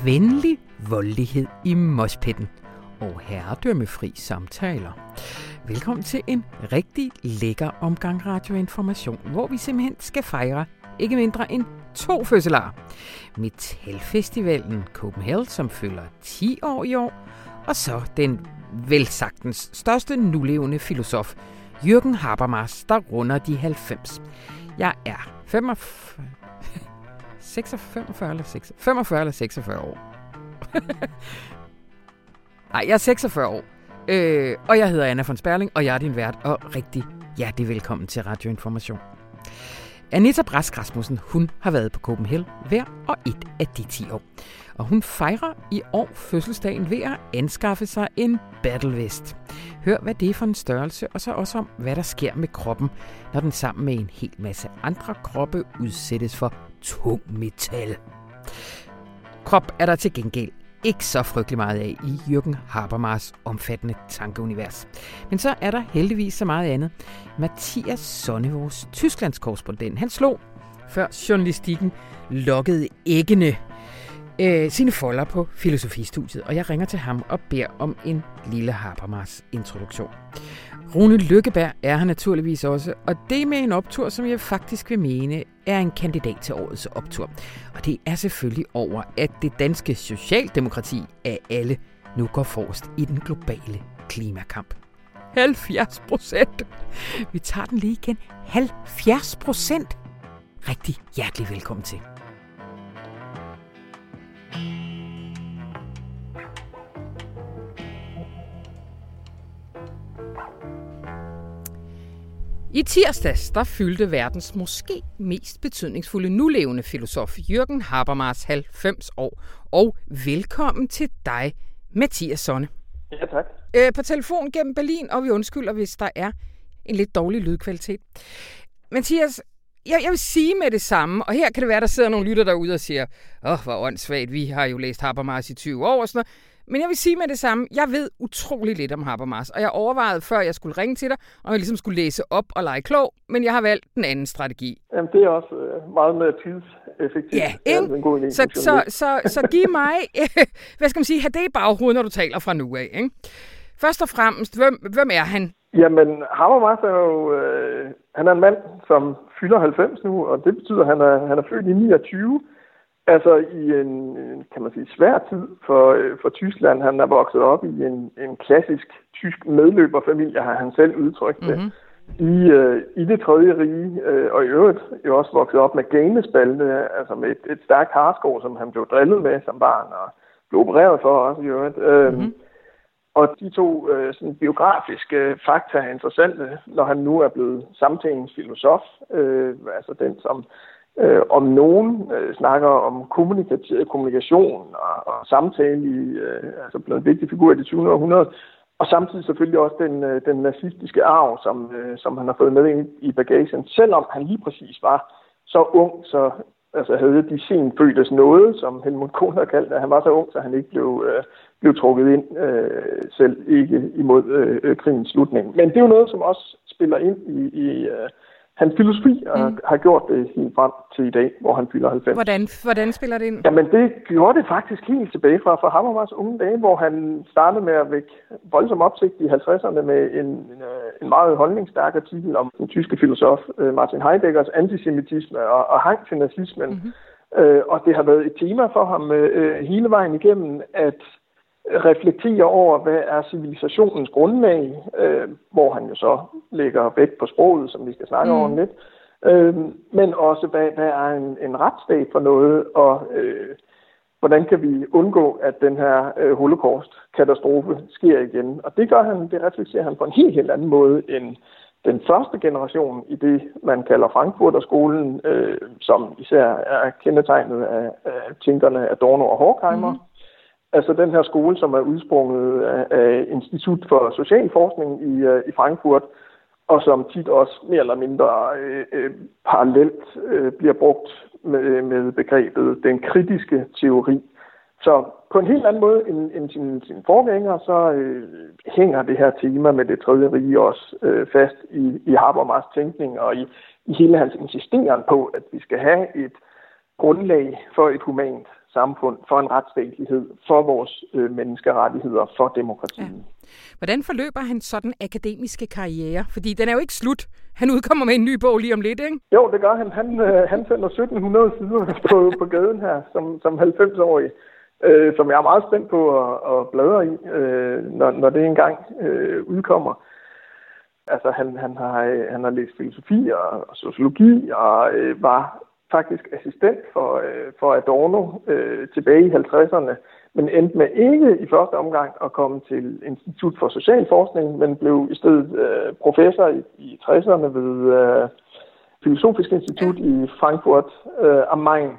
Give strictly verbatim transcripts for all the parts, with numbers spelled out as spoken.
venlig voldelighed i moshpitten og herredømmefri samtaler. Velkommen til en rigtig lækker omgang radioinformation, hvor vi simpelthen skal fejre ikke mindre end to fødselarer. Metalfestivalen Copenhagen, som fylder ti år i år, og så den velsagtens største nulevende filosof, Jürgen Habermas, der runder de halvfems. Jeg er femogfyrre, femogfyrre eller seksogfyrre, femogfyrre eller seksogfyrre år. Nej, jeg er seksogfyrre år, øh, og jeg hedder Anna von Sperling, og jeg er din vært, og rigtig hjertelig velkommen til Radioinformation. Anita Brask Rasmussen, hun har været på Copenhagen hver og et af de ti år. Og hun fejrer i år fødselsdagen ved at anskaffe sig en battlevest. Hør, hvad det er for en størrelse, og så også om, hvad der sker med kroppen, når den sammen med en hel masse andre kroppe udsættes for tung metal. Krop er der til gengæld ikke så frygtelig meget af i Jürgen Habermas omfattende tankeunivers. Men så er der heldigvis så meget andet. Mathias Sonne, vores Tysklands korrespondent, han slog, før journalistikken lukkede æggene, øh, sine folder på filosofistudiet, og jeg ringer til ham og beder om en lille Habermas introduktion. Rune Lykkeberg er her naturligvis også, og det med en optur, som jeg faktisk vil mene, er en kandidat til årets optur. Og det er selvfølgelig over, at det danske socialdemokrati af alle nu går forrest i den globale klimakamp. halvfjerds procent! Vi tager den lige igen. halvfjerds procent! Rigtig hjertelig velkommen til. I tirsdags, der fyldte verdens måske mest betydningsfulde nulevende filosof Jürgen Habermas halvfems år. Og velkommen til dig, Mathias Sonne. Ja, tak. Øh, på telefon gennem Berlin, og vi undskylder, hvis der er en lidt dårlig lydkvalitet. Mathias, jeg, jeg vil sige med det samme, og her kan det være, der sidder nogle lytter derude og siger, åh, hvor åndssvagt, vi har jo læst Habermas i tyve år og sådan noget. Men jeg vil sige med det samme, jeg ved utrolig lidt om Habermas, og jeg overvejede, før jeg skulle ringe til dig, om jeg ligesom skulle læse op og lege klog, men jeg har valgt den anden strategi. Jamen, det er også øh, meget mere tidseffektivt. Ja, ikke? En god idé, så, så, så, så giv mig, øh, hvad skal man sige, have det i baghovedet, når du taler fra nu af, ikke? Først og fremmest, hvem, hvem er han? Jamen, Habermas er jo, øh, han er en mand, som fylder halvfems nu, og det betyder, at han er, han er født i niogtyve. Altså i en, kan man sige, svær tid for, for Tyskland. Han er vokset op i en, en klassisk tysk medløberfamilie, har han selv udtrykt det. Mm-hmm. I, uh, I det tredje rige, uh, og i øvrigt jo også vokset op med ganespalte, altså med et, et stærkt harsko, som han blev drillet med som barn, og blev opereret for også i øvrigt. Mm-hmm. Uh, og de to uh, sådan, biografiske fakta er interessante, når han nu er blevet samtidens filosof, uh, altså den som Øh, om nogen øh, snakker om kommunikation og, og samtale i, øh, altså blevet en vigtig figur i det tyvende århundrede, og samtidig selvfølgelig også den, øh, den nazistiske arv, som, øh, som han har fået med ind i bagagen, selvom han lige præcis var så ung, så altså havde de sent fødtes nåde, som Helmut Kohl har kaldt det. Han var så ung, så han ikke blev, øh, blev trukket ind, øh, selv ikke imod øh, krigens slutning. Men det er jo noget, som også spiller ind i, i øh, hans filosofi og mm. har gjort det helt frem til i dag, hvor han fylder halvfems. Hvordan, hvordan spiller det ind? Jamen, det gjorde det faktisk helt tilbage fra, fra Habermas unge dage, hvor han startede med at vække voldsom opsigt i halvtredserne med en, en, en meget holdningsstærk artikel om den tyske filosof Martin Heideggers antisemitisme og, og hang til nazismen. Mm-hmm. Øh, og det har været et tema for ham øh, hele vejen igennem, at reflekterer over, hvad er civilisationens grundlag, øh, hvor han jo så lægger vægt på sproget, som vi skal snakke mm. om lidt, øh, men også, hvad, hvad er en, en retsstat for noget, og øh, hvordan kan vi undgå, at den her øh, holocaust-katastrofe sker igen. Og det gør han, det reflekterer han på en helt, helt anden måde end den første generation i det, man kalder Frankfurterskolen, øh, som især er kendetegnet af, af tænkerne Adorno og Horkheimer. Mm. Altså den her skole, som er udsprunget af Institut for Socialforskning i, i Frankfurt, og som tit også mere eller mindre øh, øh, parallelt øh, bliver brugt med, med begrebet den kritiske teori. Så på en helt anden måde end, end sine, sine forgængere, så øh, hænger det her tema med det tredje rige også øh, fast i, i Habermas tænkning og i, i hele hans insisteren på, at vi skal have et grundlag for et humant samfund, for en retsstatlighed, for vores øh, menneskerettigheder, for demokratiet. Ja. Hvordan forløber han sådan akademiske karriere? Fordi den er jo ikke slut. Han udkommer med en ny bog lige om lidt, ikke? Jo, det gør han. Han, øh, han sender sytten hundrede sider på, på gaden her, som, som halvfems-årig, øh, som jeg er meget spændt på at, at bladre i, øh, når, når det engang øh, udkommer. Altså, han, han, har, han har læst filosofi og, og sociologi og øh, var faktisk assistent for, øh, for Adorno øh, tilbage i halvtredserne, men endte med ikke i første omgang at komme til Institut for Social Forskning, men blev i stedet øh, professor i, i tresserne ved øh, Filosofisk Institut i Frankfurt øh, am Main.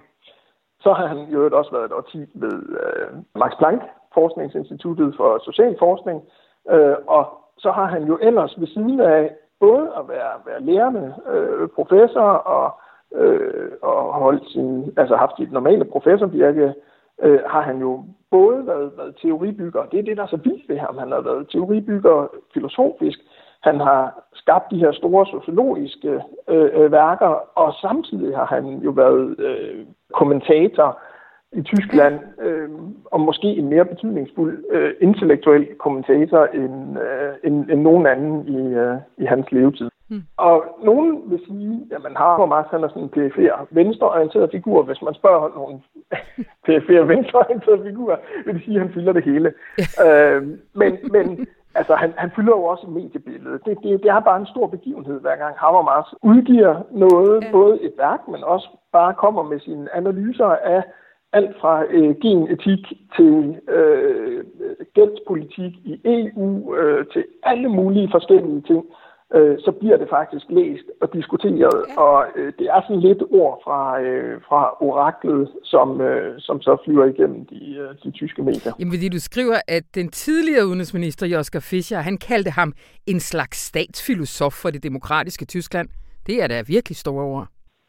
Så har han jo også været et årti ved øh, Max Planck Forskningsinstituttet for Social Forskning, øh, og så har han jo ellers ved siden af både at være, være lærende øh, professor og, øh, og holdt sin, altså haft sit normale professorvirke, øh, har han jo både været, været teoribygger, det er det, der er så vildt ved ham. Han har været teoribygger filosofisk, han har skabt de her store sociologiske øh, værker, og samtidig har han jo været øh, kommentator i Tyskland, øh, og måske en mere betydningsfuld øh, intellektuel kommentator end, øh, end, end nogen anden i, øh, i hans levetid. Hmm. Og nogen vil sige, at man har Habermas, han er sådan en perifer venstreorienteret figur. Hvis man spørger nogle perifer venstreorienterede figurer, vil de sige, at han fylder det hele. øh, men men altså, han, han fylder jo også mediebilledet. Det, det, det er bare en stor begivenhed, hver gang Habermas udgiver noget, ja. Både et værk, men også bare kommer med sine analyser af alt fra øh, genetik til øh, gældspolitik i E U, øh, til alle mulige forskellige ting, øh, så bliver det faktisk læst og diskuteret. Ja. Og øh, det er sådan lidt ord fra, øh, fra oraklet, som, øh, som så flyver igennem de, øh, de tyske medier. Jamen, fordi du skriver, at den tidligere udenrigsminister, Joschka Fischer, han kaldte ham en slags statsfilosof for det demokratiske Tyskland. Det er da virkelig store ord.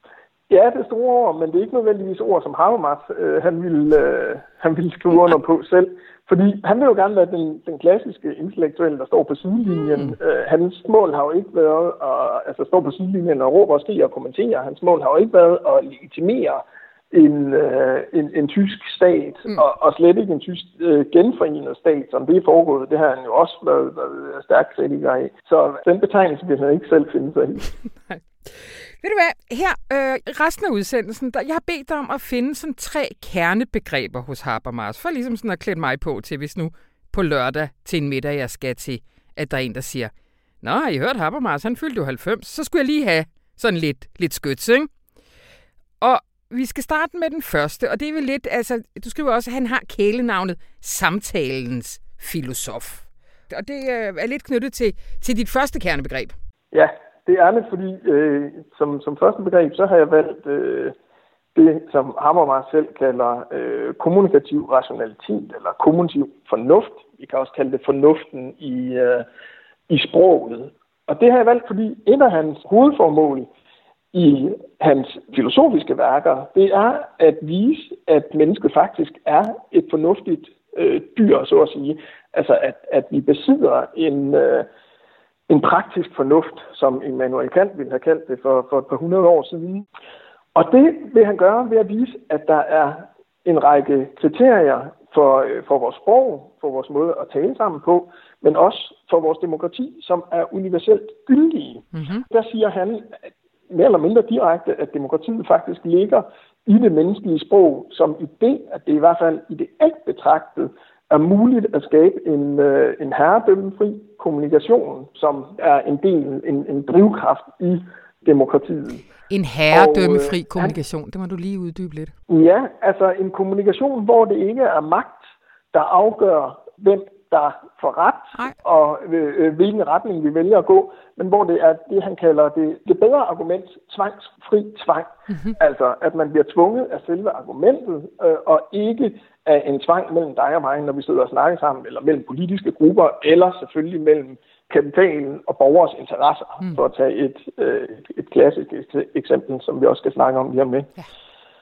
Ja, det er store ord, men det er ikke nødvendigvis ord, som Habermas øh, han, ville, øh, han ville skrive under på selv. Fordi han vil jo gerne være den, den klassiske intellektuelle, der står på sidelinjen. Mm. Øh, hans mål har jo ikke været at altså, stå på sidelinjen og råbe og skrige og kommentere. Hans mål har jo ikke været at legitimere en, øh, en, en tysk stat, mm. og, og slet ikke en tysk øh, genforenet stat, som det er foregået. Det har han jo også været, været stærkt kritiker af. Så den betegnelse vil han ikke selv finde sig i. Ved du hvad, her øh, resten af udsendelsen, der, jeg har bedt dig om at finde sådan tre kernebegreber hos Habermas, for ligesom sådan at klæde mig på til, hvis nu på lørdag til en middag, jeg skal til, at der er en, der siger, nå, har I hørt Habermas, han fyldte jo halvfems, så skulle jeg lige have sådan lidt, lidt skyts, ikke? Og vi skal starte med den første, og det er vel lidt, altså, du skriver også, at han har kælenavnet samtalens filosof. Og det øh, er lidt knyttet til, til dit første kernebegreb. Ja. Det er det, fordi øh, som, som første begreb, så har jeg valgt øh, det, som Habermas selv kalder øh, kommunikativ rationalitet, eller kommunikativ fornuft. Vi kan også kalde det fornuften i, øh, i sproget. Og det har jeg valgt, fordi et af hans hovedformål i hans filosofiske værker, det er at vise, at mennesket faktisk er et fornuftigt øh, dyr, så at sige. Altså, at, at vi besidder en... Øh, En praktisk fornuft, som Immanuel Kant ville have kaldt det for, for et par hundrede år siden. Og det vil han gøre ved at vise, at der er en række kriterier for, for vores sprog, for vores måde at tale sammen på, men også for vores demokrati, som er universelt gyldige. Mm-hmm. Der siger han mere eller mindre direkte, at demokratiet faktisk ligger i det menneskelige sprog som idé, at det i hvert fald ideelt betragtet er muligt at skabe en, øh, en herredømmefri kommunikation, som er en del, en, en drivkraft i demokratiet. En herredømmefri og, øh, kommunikation, det må du lige uddybe lidt. Ja, altså en kommunikation, hvor det ikke er magt, der afgør, hvem der får ret, Nej. og øh, hvilken retning vi vælger at gå, men hvor det er det, han kalder det, det bedre argument, tvangsfri tvang. Mm-hmm. Altså, at man bliver tvunget af selve argumentet, øh, og ikke af en tvang mellem dig og mig, når vi sidder og snakker sammen, eller mellem politiske grupper, eller selvfølgelig mellem kapitalen og borgers interesser, mm. for at tage et, øh, et klassisk eksempel, som vi også skal snakke om lige om lidt. Ja.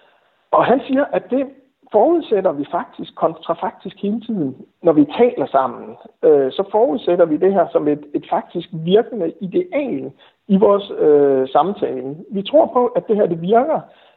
Og han siger, at det forudsætter vi faktisk kontrafaktisk hele tiden, når vi taler sammen. Øh, så forudsætter vi det her som et, et faktisk virkende ideal i vores øh, samtale. Vi tror på, at det her det virker,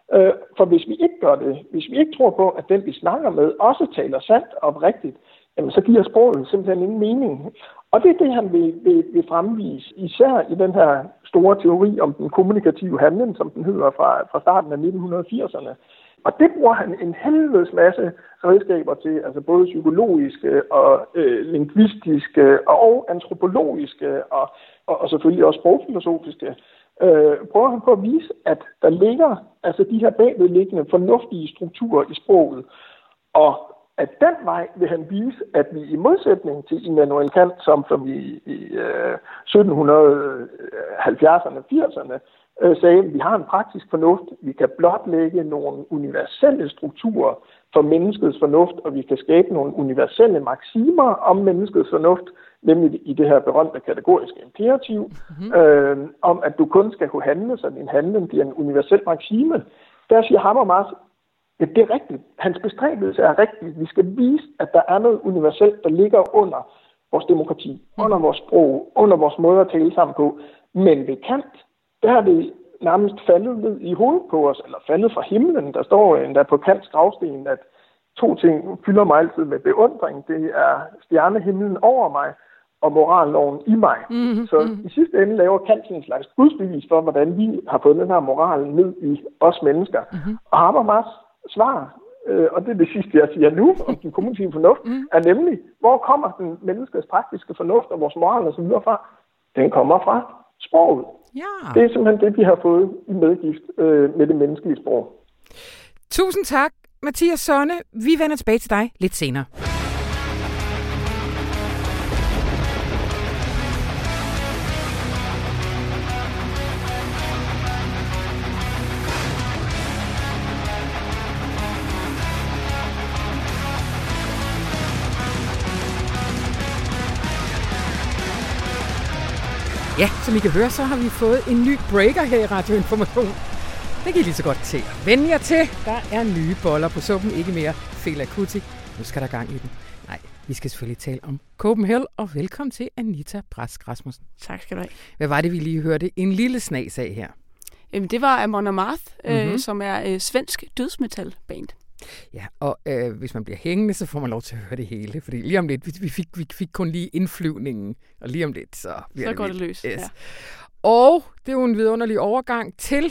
Øh, for hvis vi ikke gør det, hvis vi ikke tror på, at den vi snakker med også taler sandt og oprigtigt, jamen så giver sproget simpelthen ingen mening. Og det er det, han vil, vil, vil fremvise, især i den her store teori om den kommunikative handling, som den hedder fra, fra starten af nitten firserne. Og det bruger han en helvedes masse redskaber til, altså både psykologiske og øh, lingvistiske og antropologiske og, og, og selvfølgelig også sprogfilosofiske. Øh, prøver han på at vise, at der ligger altså de her bagvedliggende fornuftige strukturer i sproget, og at den vej vil han vise, at vi i modsætning til Immanuel Kant, som, som i, i øh, sytten halvfjerdserne og firserne øh, sagde, at vi har en praktisk fornuft, vi kan blotlægge nogle universelle strukturer for menneskets fornuft, og vi kan skabe nogle universelle maksimer om menneskets fornuft, nemlig i det her berømte kategoriske imperativ, mm-hmm. øh, om at du kun skal kunne handle, så din handling bliver en universel maksime. Der siger Habermas, ja, det er rigtigt. Hans bestræbelse er rigtigt. Vi skal vise, at der er noget universelt, der ligger under vores demokrati, mm. under vores sprog, under vores måde at tale sammen på. Men ved Kant, der er det nærmest faldet ned i hovedet på os, eller faldet fra himlen. Der står endda på Kants gravsten, at to ting fylder mig altid med beundring. Det er stjernehimlen over mig, og moralloven i mig. Mm-hmm. Så i sidste ende laver Kant en slags gudsbevis for, hvordan vi har fået den her moral ned i os mennesker. Mm-hmm. Og Habermas svar, øh, og det er det sidste, jeg siger nu, om den kommunikative fornuft, mm. er nemlig, hvor kommer den menneskets praktiske fornuft og vores moral og så videre fra? Den kommer fra sproget. Ja. Det er simpelthen det, vi har fået i medgift øh, med det menneskelige sprog. Tusind tak, Mathias Sonne. Vi vender tilbage til dig lidt senere. Ja, som I kan høre, så har vi fået en ny breaker her i Radio Information. Det kan I lige så godt til at vende jer til. Der er nye boller på suppen, ikke mere Fela Kuti. Nu skal der gang i den. Nej, vi skal selvfølgelig tale om Copenhagen, og velkommen til Anita Brask Rasmussen. Tak skal du have. Hvad var det, vi lige hørte en lille snas af her? Jamen, det var Amon Amarth, mm-hmm. øh, som er øh, svensk dødsmetalband. Ja, og øh, hvis man bliver hængende, så får man lov til at høre det hele. Fordi lige om lidt, vi fik, vi fik kun lige indflyvningen, og lige om lidt, så bliver så det går vildt. det løs, yes. Ja. Og det er jo en vidunderlig overgang til,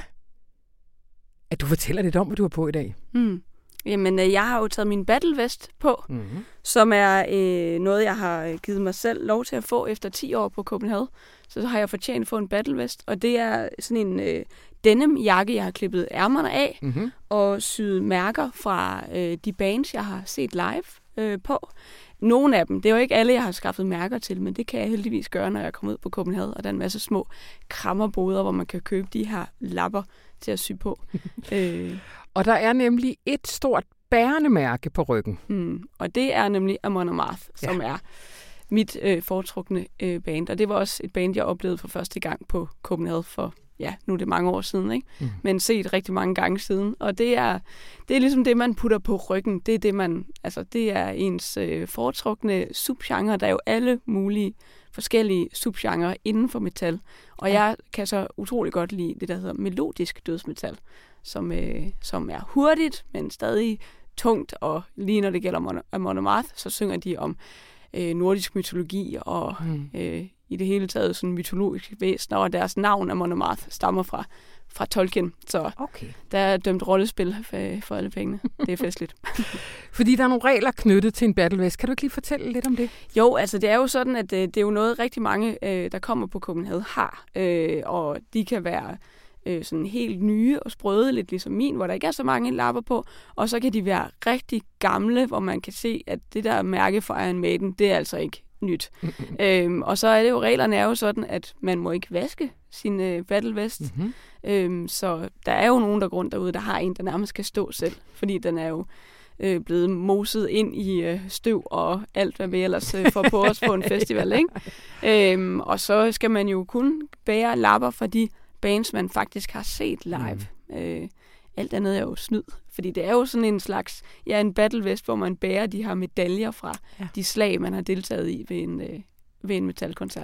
at du fortæller lidt om, hvad du har på i dag. Mm. Jamen, øh, jeg har jo taget min battlevest på, mm-hmm. som er øh, noget, jeg har givet mig selv lov til at få efter ti år på Copenhagen. Så har jeg fortjent at få en battlevest, og det er sådan en øh, denim-jakke, jeg har klippet ærmerne af, mm-hmm. og syet mærker fra øh, de bands, jeg har set live øh, på. Nogle af dem, det er jo ikke alle, jeg har skaffet mærker til, men det kan jeg heldigvis gøre, når jeg kommer ud på Copenhagen, og der er en masse små krammerboder, hvor man kan købe de her lapper til at sy på. øh. Og der er nemlig et stort bærende mærke på ryggen. Mm, og det er nemlig Amon Amarth, som ja. er mit øh, foretrukne øh, band. Og det var også et band, jeg oplevede for første gang på Copenhagen for, ja, nu er det mange år siden, ikke? Mm. Men set rigtig mange gange siden. Og det er, det er ligesom det, man putter på ryggen. Det er det, man, altså, det er ens øh, foretrukne subgenre. Der er jo alle mulige forskellige subgenre inden for metal. Og ja. jeg kan så utrolig godt lide det, der hedder melodisk dødsmetal, som, øh, som er hurtigt, men stadig tungt. Og lige når det gælder Amon Amarth, så synger de om øh, nordisk mytologi og mm. øh, i det hele taget sådan mytologiske væsener, og deres navn Amon Amarth stammer fra, fra Tolkien. Så okay. der er dømt rollespil for, for alle pengene. Det er festligt. Fordi der er nogle regler knyttet til en battlevest. Kan du ikke lige fortælle lidt om det? Jo, altså det er jo sådan, at det, det er jo noget, rigtig mange, øh, der kommer på Copenhagen, har. Øh, og de kan være øh, sådan helt nye og sprøde, lidt ligesom min, hvor der ikke er så mange lapper på. Og så kan de være rigtig gamle, hvor man kan se, at det der mærke fra Iron Maiden, det er altså ikke nyt. Mm-hmm. Øhm, og så er det jo, reglerne er jo sådan, at man må ikke vaske sin øh, battlevest. Mm-hmm. Øhm, så der er jo nogen der grund derude, der har en, der nærmest kan stå selv, fordi den er jo øh, blevet moset ind i øh, støv og alt, hvad vi ellers øh, får på os på en festival, ikke? Øhm, og så skal man jo kun bære lapper fra de bands, man faktisk har set live. Mm. Øh, alt andet er jo snyd, fordi det er jo sådan en slags, ja, en battlevest, hvor man bærer de her medaljer fra ja. de slag, man har deltaget i ved en, øh, ved en metalkoncert. Ja.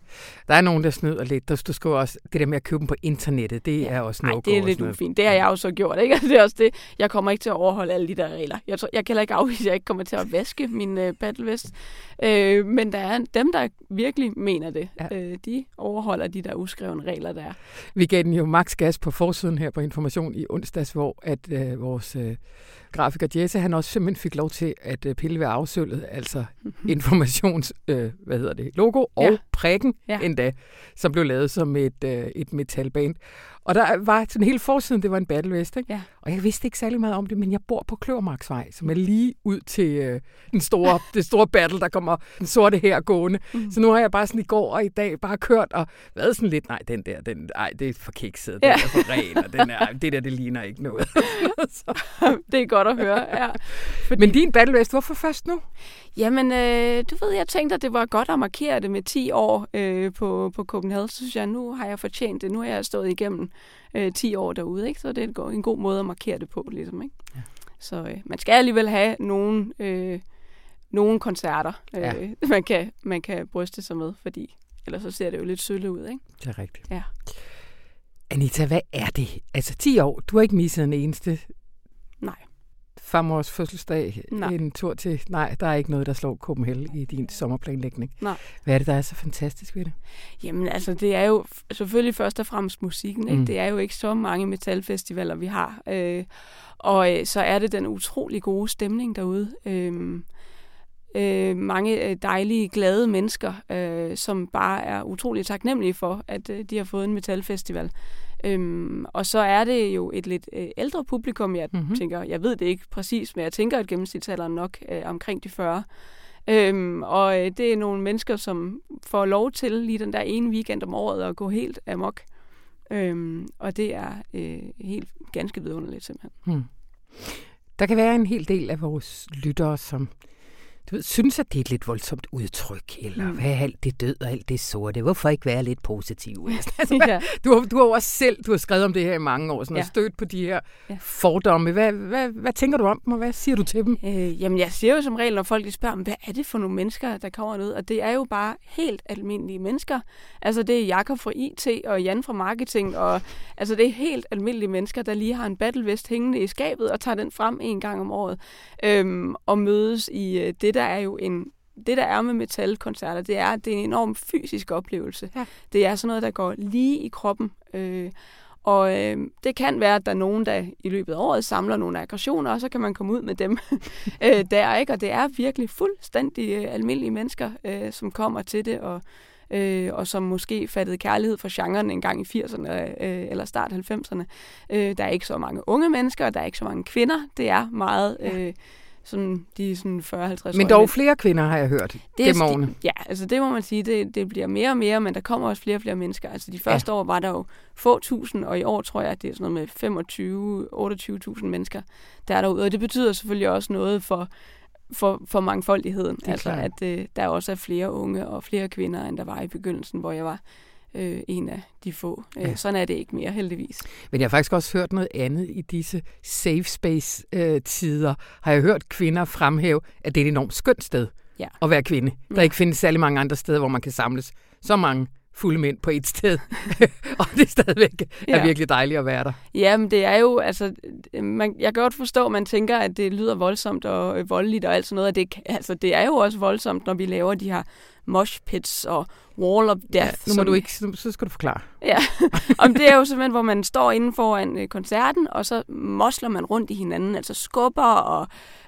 Der er nogen, der snyder lidt. Du skriver også, det der med at købe dem på internettet, det ja. er også noget. Nej, det er lidt ufint. Det har jeg også gjort, ikke? Det er også det. Jeg kommer ikke til at overholde alle de der regler. Jeg, tror, jeg kan heller ikke afvise, at jeg ikke kommer til at vaske min uh, battlevest. Uh, men der er dem, der virkelig mener det. Ja. Uh, de overholder de der uskrevne regler, der er. Vi gav den jo max gas på forsiden her på Information i onsdags, hvor at uh, vores uh, grafiker Jesse, han også simpelthen fik lov til at uh, pille ved afsøllet, altså informations, uh, hvad hedder det, logo og ja. prikken ja. endda, som blev lavet som et, uh, et metalband. Og der var sådan hele forsiden, det var en battlevest, ikke? Ja. Og jeg vidste ikke særlig meget om det, men jeg bor på Kløvermarksvej, som er lige ud til øh, den store, det store battle, der kommer den sorte her gående. Mm. Så nu har jeg bare sådan i går og i dag bare kørt og været sådan lidt, nej, den der, den, ej, det er for kikset, den ja. er for ren, og den er, det der, det ligner ikke noget. Det er godt at høre, ja. Fordi... Men din battlevest, hvorfor først nu? Jamen, øh, du ved, jeg tænkte, at det var godt at markere det med ti år øh, på, på Copenhagen. Så synes jeg, nu har jeg fortjent det. Nu har jeg stået igennem øh, ti år derude, ikke? Så det er en god måde at markere det på, ligesom, ikke? Ja. Så øh, man skal alligevel have nogle, øh, nogle koncerter, øh, ja. man, kan, man kan bryste sig med, fordi ellers så ser det jo lidt sølle ud, ikke? Det er rigtigt. Ja. Anita, hvad er det? Altså ti år, du har ikke misset en eneste... Nej. Farmors fødselsdag, nej. En tur til... Nej, der er ikke noget, der slår Copenhagen i din sommerplanlægning. Nej. Hvad er det, der er så fantastisk ved det? Jamen altså, det er jo selvfølgelig først og fremmest musikken. Ikke? Mm. Det er jo ikke så mange metalfestivaler, vi har. Øh, og øh, så er det den utrolig gode stemning derude. Øh, øh, mange dejlige, glade mennesker, øh, som bare er utrolig taknemmelige for, at øh, de har fået en metalfestival. Øhm, og så er det jo et lidt øh, ældre publikum, jeg mm-hmm. tænker, jeg ved det ikke præcis, men jeg tænker, at gennemsnitsalderen nok øh, omkring de fyrre. Øhm, og øh, det er nogle mennesker, som får lov til lige den der ene weekend om året at gå helt amok. Øhm, og det er øh, helt ganske vidunderligt simpelthen. Hmm. Der kan være en hel del af vores lyttere, som du ved, synes, at det er et lidt voldsomt udtryk, eller mm. hvad er alt det død og alt det sorte? Hvorfor ikke være lidt positiv? Altså, ja. du, har, du har også selv du har skrevet om det her i mange år, sådan, ja. og stødt på de her ja. fordomme. Hvad, hvad, hvad tænker du om dem, og hvad siger du til dem? Øh, jamen, jeg siger jo som regel, når folk de spørger, hvad er det for nogle mennesker, der kommer ud? Og det er jo bare helt almindelige mennesker. Altså, det er Jakob fra I T og Jan fra Marketing, og altså, det er helt almindelige mennesker, der lige har en battlevest hængende i skabet, og tager den frem en gang om året, øhm, og mødes i øh, det, der er jo en, det der er med metalkoncerter, det er, det er en enorm fysisk oplevelse. Ja. Det er sådan noget, der går lige i kroppen. Øh, og øh, det kan være, at der er nogen, der i løbet af året samler nogle aggressioner, og så kan man komme ud med dem øh, der, ikke? Og det er virkelig fuldstændig øh, almindelige mennesker, øh, som kommer til det, og, øh, og som måske fattede kærlighed for genren en gang i firserne øh, eller start halvfemserne. Øh, der er ikke så mange unge mennesker, der er ikke så mange kvinder. Det er meget... Øh, Sådan, de er sådan fyrre til halvtreds år. Men dog flere kvinder, har jeg hørt, gennem årene. Ja, altså det må man sige, det, det bliver mere og mere, men der kommer også flere og flere mennesker. Altså de første ja. år var der jo få tusind, og i år tror jeg, at det er sådan noget med femogtyve til otteogtyve tusind mennesker, der er derude. Og det betyder selvfølgelig også noget for, for, for mangfoldigheden. Altså klart. At øh, der også er flere unge og flere kvinder, end der var i begyndelsen, hvor jeg var øh, en af de få. Ja. Sådan er det ikke mere, heldigvis. Men jeg har faktisk også hørt noget andet i disse safe space-tider. Øh, har jeg hørt kvinder fremhæve, at det er et enormt skønt sted ja. at være kvinde. Der ja. ikke findes særlig mange andre steder, hvor man kan samles så mange fulde mænd på et sted. Og det er stadigvæk ja. er virkelig dejligt at være der. Jamen, det er jo, altså, man, jeg kan godt forstå, at man tænker, at det lyder voldsomt og voldeligt og alt sådan noget. Og det, altså, det er jo også voldsomt, når vi laver de her mosh pits og wall of death. Ja, nu må som, du ikke, så skal du forklare. Ja, og det er jo simpelthen, hvor man står inden foran koncerten, og så mosler man rundt i hinanden, altså skubber og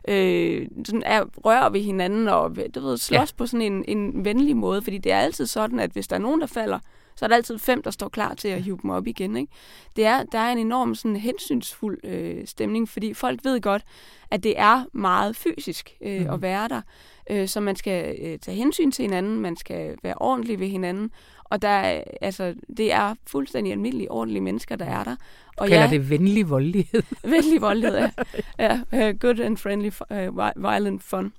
øh, sådan er, rører ved hinanden og du ved, slås ja. på sådan en, en venlig måde, fordi det er altid sådan, at hvis der er nogen, der falder, så er der altid fem, der står klar til at hive dem op igen. Ikke? Det er, der er en enorm sådan, hensynsfuld øh, stemning, fordi folk ved godt, at det er meget fysisk øh, mm. at være der. Øh, så man skal øh, tage hensyn til hinanden, man skal være ordentlig ved hinanden, og der er, altså, det er fuldstændig almindelige, ordentlige mennesker, der er der. Og du kalder ja, det venlig voldelighed. Venlig voldelighed, ja. ja uh, good and friendly, uh, violent fun.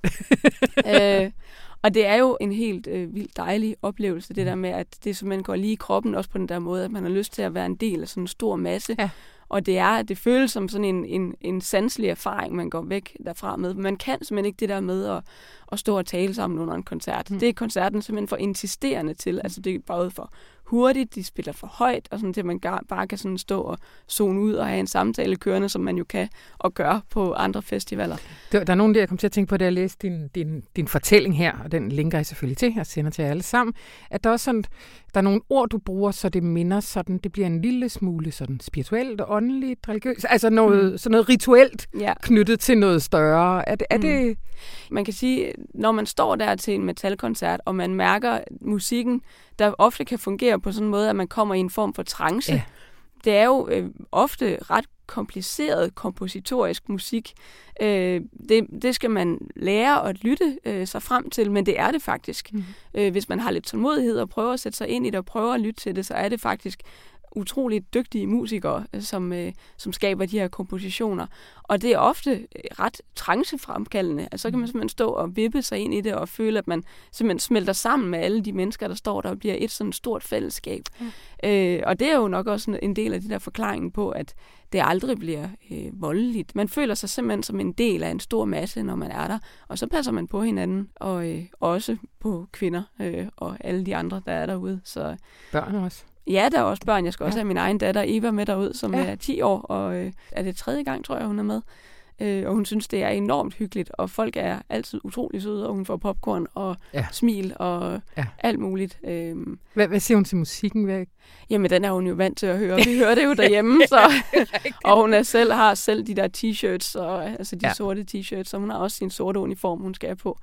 uh, Og det er jo en helt øh, vildt dejlig oplevelse, det der med, at det simpelthen går lige i kroppen, også på den der måde, at man har lyst til at være en del af sådan en stor masse, ja. Og det er, det føles som sådan en, en, en sanselig erfaring, man går væk derfra med. Man kan simpelthen ikke det der med at, at stå og tale sammen under en koncert. Mm. Det er koncerten simpelthen for insisterende til. Altså det er bare for hurtigt, de spiller for højt, og sådan til man bare kan sådan stå og zone ud og have en samtale kørende, som man jo kan og gør på andre festivaler. Der, der er nogen der, jeg kom til at tænke på, da jeg læste din, din, din fortælling her, og den linker jeg selvfølgelig til, jeg sender til jer alle sammen, at der er også sådan, der er nogle ord, du bruger, så det minder sådan, det bliver en lille smule sådan spirituelt og åndeligt, religiøst, altså noget, mm. sådan noget rituelt ja. Knyttet til noget større. Er det, er mm. det... Man kan sige, når man står der til en metalkoncert, og man mærker musikken, der ofte kan fungere på sådan en måde, at man kommer i en form for trance. Ja. Det er jo øh, ofte ret kompliceret kompositorisk musik. Øh, det, det skal man lære at lytte øh, sig frem til, men det er det faktisk. Mm. Øh, hvis man har lidt tålmodighed og prøver at sætte sig ind i det og prøver at lytte til det, så er det faktisk utroligt dygtige musikere, som, øh, som skaber de her kompositioner. Og det er ofte ret trancefremkaldende. Altså, så kan man simpelthen stå og vippe sig ind i det og føle, at man simpelthen smelter sammen med alle de mennesker, der står der og bliver et sådan stort fællesskab. Mm. Øh, og det er jo nok også en del af det der forklaring på, at det aldrig bliver øh, voldeligt. Man føler sig simpelthen som en del af en stor masse, når man er der. Og så passer man på hinanden, og øh, også på kvinder øh, og alle de andre, der er derude. Så, børn også. Ja, der er også børn. Jeg skal også ja. have min egen datter Eva med derud, som ja. er ti år, og øh, er det tredje gang, tror jeg, hun er med. Øh, og hun synes, det er enormt hyggeligt, og folk er altid utrolig søde, og hun får popcorn og ja. smil og ja. alt muligt. Øh, hvad, hvad siger hun til musikken? Hvad? Jamen, den er hun jo vant til at høre. Vi hører det jo derhjemme, så, og hun er selv, har selv de der t-shirts, og, altså de ja. sorte t-shirts, så hun har også sin sorte uniform, hun skal have på.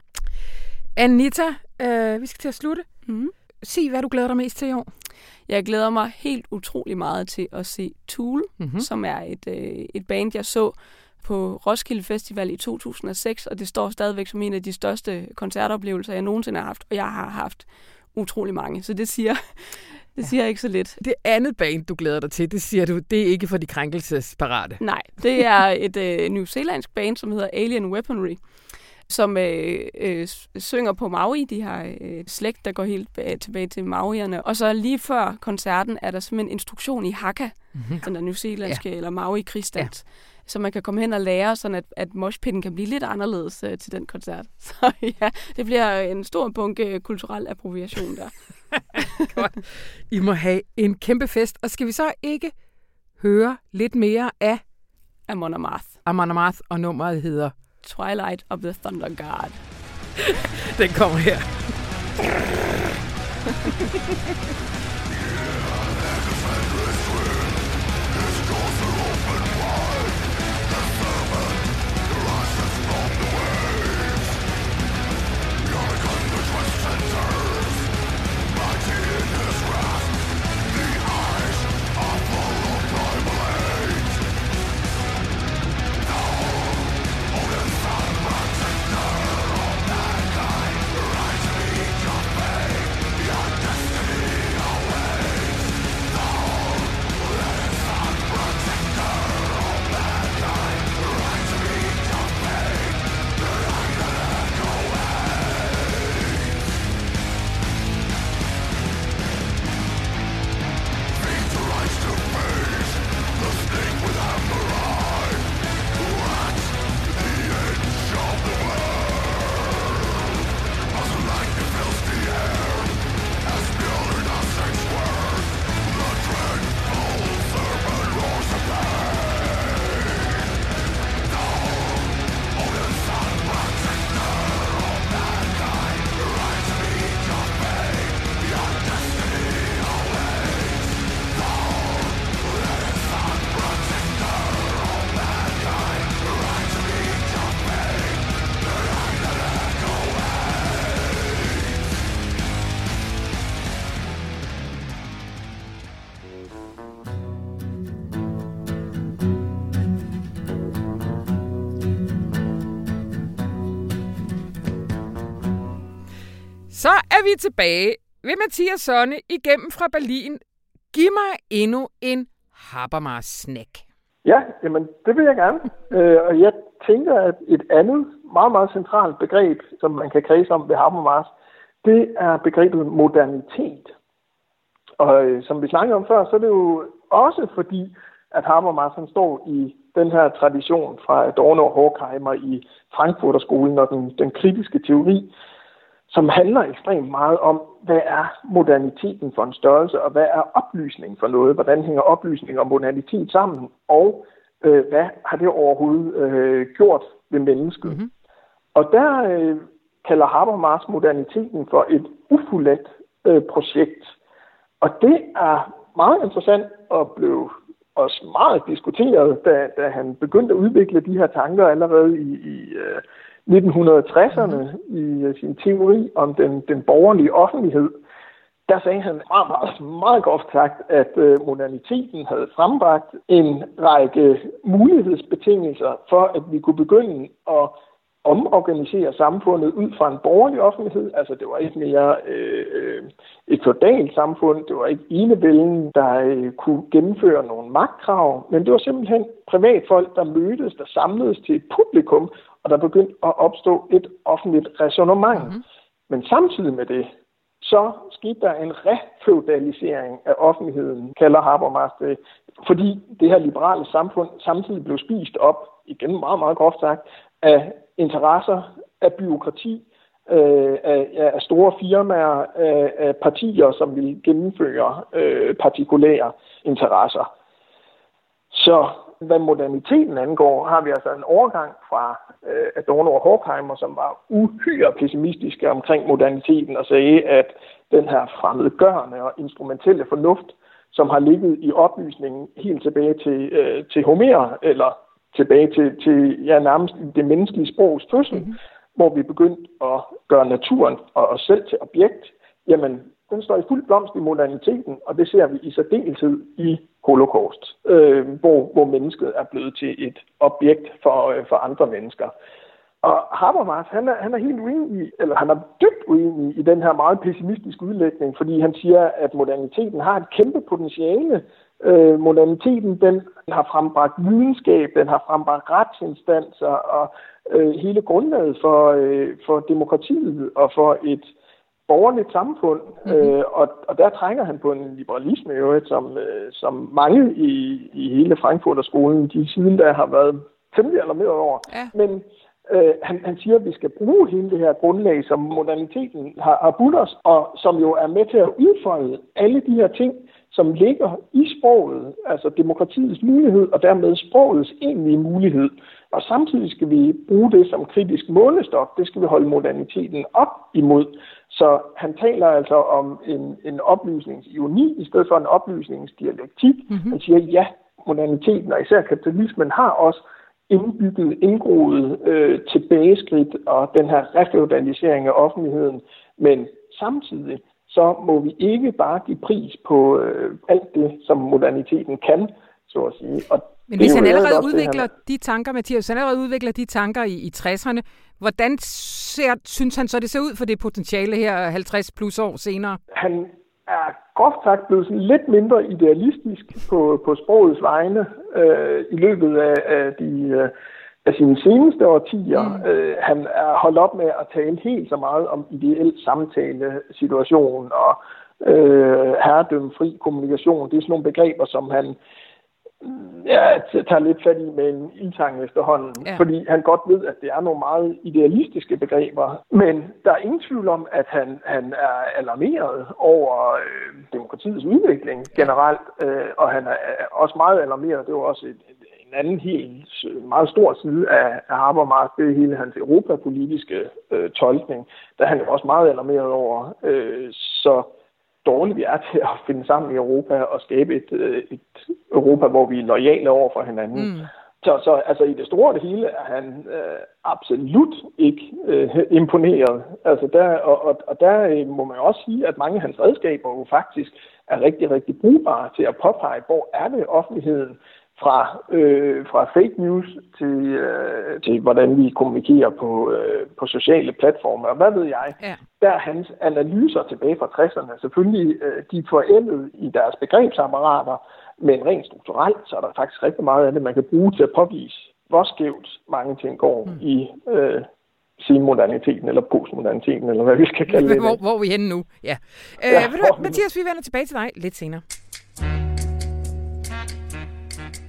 Anita, øh, vi skal til at slutte. Mm. Sig, hvad du glæder dig mest til i år. Jeg glæder mig helt utrolig meget til at se Tool, mm-hmm. som er et, øh, et band, jeg så på Roskilde Festival i to tusind og seks, og det står stadigvæk som en af de største koncertoplevelser, jeg nogensinde har haft, og jeg har haft utrolig mange, så det siger, det siger ikke så lidt. Det andet band, du glæder dig til, det siger du, det er ikke for de krænkelsesparate. Nej, det er et øh, newzealandsk band, som hedder Alien Weaponry, som øh, øh, synger på Maui. De har øh, slægt, der går helt b- tilbage til Maorierne. Og så lige før koncerten er der simpelthen instruktion i Haka, mm-hmm. den der newzealandske ja. eller Maori-krigsdans, ja. så man kan komme hen og lære, sådan at, at moshpitten kan blive lidt anderledes øh, til den koncert. Så ja, det bliver en stor bunke kulturel appropriation der. Godt. I må have en kæmpe fest. Og skal vi så ikke høre lidt mere af Amon Amarth? Amon Amarth, og nummeret hedder Twilight of the Thunder God. Den kommer her. Så er vi tilbage ved Mathias Sonne igennem fra Berlin. Giv mig endnu en Habermas-snack. Ja, jamen, det vil jeg gerne. øh, og jeg tænker, at et andet meget, meget centralt begreb, som man kan kredse om ved Habermas, det er begrebet modernitet. Og øh, som vi snakkede om før, så er det jo også fordi at Habermas han står i den her tradition fra Adorno og Horkheimer i Frankfurterskolen og den, den kritiske teori, som handler ekstremt meget om, hvad er moderniteten for en størrelse, og hvad er oplysning for noget? Hvordan hænger oplysning og modernitet sammen? Og øh, hvad har det overhovedet øh, gjort ved mennesket? Mm-hmm. Og der øh, kalder Habermas moderniteten for et ufuldendt øh, projekt. Og det er meget interessant og blev også meget diskuteret, da, da han begyndte at udvikle de her tanker allerede i, i uh, nitten tresserne mm. i uh, sin teori om den, den borgerlige offentlighed. Der sagde han meget, meget, meget groft sagt, at uh, moderniteten havde frembragt en række mulighedsbetingelser for, at vi kunne begynde at omorganisere samfundet ud fra en borgerlig offentlighed. Altså det var ikke mere øh, et feudalt samfund, det var ikke enevælden, der øh, kunne gennemføre nogle magtkrav, men det var simpelthen privatfolk, der mødtes, der samledes til et publikum, og der begyndte at opstå et offentligt ræsonnement. Mm-hmm. Men samtidig med det, så skete der en refeudalisering af offentligheden, kalder Habermas det, fordi det her liberale samfund samtidig blev spist op, igen meget, meget groft sagt, af interesser, af byråkrati, øh, af, af store firmaer, af, af partier, som vil gennemføre øh, partikulære interesser. Så hvad moderniteten angår, har vi altså en overgang fra øh, Adorno og Horkheimer, som var uhyre pessimistiske omkring moderniteten og sagde, at den her fremmedgørende og instrumentelle fornuft, som har ligget i oplysningen helt tilbage til, øh, til Homer, eller tilbage til, til ja, nærmest det menneskelige sprogs fødsel, mm-hmm. hvor vi begyndte at gøre naturen og os selv til objekt, jamen, den står i fuld blomst i moderniteten, og det ser vi i særdeleshed i Holocaust, øh, hvor, hvor mennesket er blevet til et objekt for, øh, for andre mennesker. Og Habermas, han er, han er helt uenig, eller han er dybt uenig i den her meget pessimistiske udlægning, fordi han siger, at moderniteten har et kæmpe potentiale. Øh, moderniteten, den har frembragt videnskab, den har frembragt retsinstanser og øh, hele grundlaget for, øh, for demokratiet og for et borgerligt samfund. Mm-hmm. Øh, og, og der trænger han på en liberalisme, jo, som, øh, som mange i, i hele Frankfurterskolen, de siden der har været temmelig alarmeret over. Ja. Men øh, han, han siger, at vi skal bruge hele det her grundlag, som moderniteten har, har budt os, og som jo er med til at udfolde alle de her ting, som ligger i sproget, altså demokratiets mulighed, og dermed sprogets egentlige mulighed. Og samtidig skal vi bruge det som kritisk målestok, det skal vi holde moderniteten op imod. Så han taler altså om en, en oplysningsironi i stedet for en oplysningsdialektik. Mm-hmm. Han siger, ja, moderniteten og især kapitalismen har også indbygget, indgroet øh, tilbageskridt og den her refeudalisering af offentligheden, men samtidig så må vi ikke bare give pris på øh, alt det, som moderniteten kan, så at sige. Og men hvis han allerede udvikler det, han... de tanker, Mathias, hvis han allerede udvikler de tanker i, i tresserne, hvordan ser, synes han så, det ser ud for det potentiale her halvtreds plus år senere? Han er groft sagt blevet sådan lidt mindre idealistisk på, på sprogets vegne øh, i løbet af, af de... Øh, af sine seneste årtier. Mm. Øh, han er holdt op med at tale helt så meget om ideel samtale-situation og øh, herredømmefri kommunikation. Det er sådan nogle begreber, som han ja, tager lidt fat i med en ildtang efterhånden, ja. Fordi han godt ved, at det er nogle meget idealistiske begreber. Men der er ingen tvivl om, at han, han er alarmeret over øh, demokratiets udvikling generelt, øh, og han er også meget alarmeret. Det var også et, et en anden helt meget stor side af, af Habermas, det er hele hans europapolitiske øh, tolkning, der han er også meget alarmeret over, øh, så dårligt vi er til at finde sammen i Europa og skabe et, øh, et Europa, hvor vi er loyale over for hinanden. Mm. Så, så altså, i det store og det hele er han øh, absolut ikke øh, imponeret. Altså, der, og, og, og der øh, må man også sige, at mange af hans redskaber jo faktisk er rigtig, rigtig brugbare til at påpege, hvor er det offentligheden fra, øh, fra fake news til, øh, til hvordan vi kommunikerer på, øh, på sociale platforme. Og hvad ved jeg? Ja. Der er hans analyser tilbage fra tresserne selvfølgelig øh, de er forældet i deres begrebsapparater, men rent strukturelt, så er der faktisk rigtig meget af det, man kan bruge til at påvise, hvor skævt mange ting går mm. i øh, senmoderniteten eller postmoderniteten, eller hvad vi skal kalde det. Hvor, hvor er vi henne nu? Ja. Øh, ja, du, Mathias, vi vender tilbage til dig lidt senere.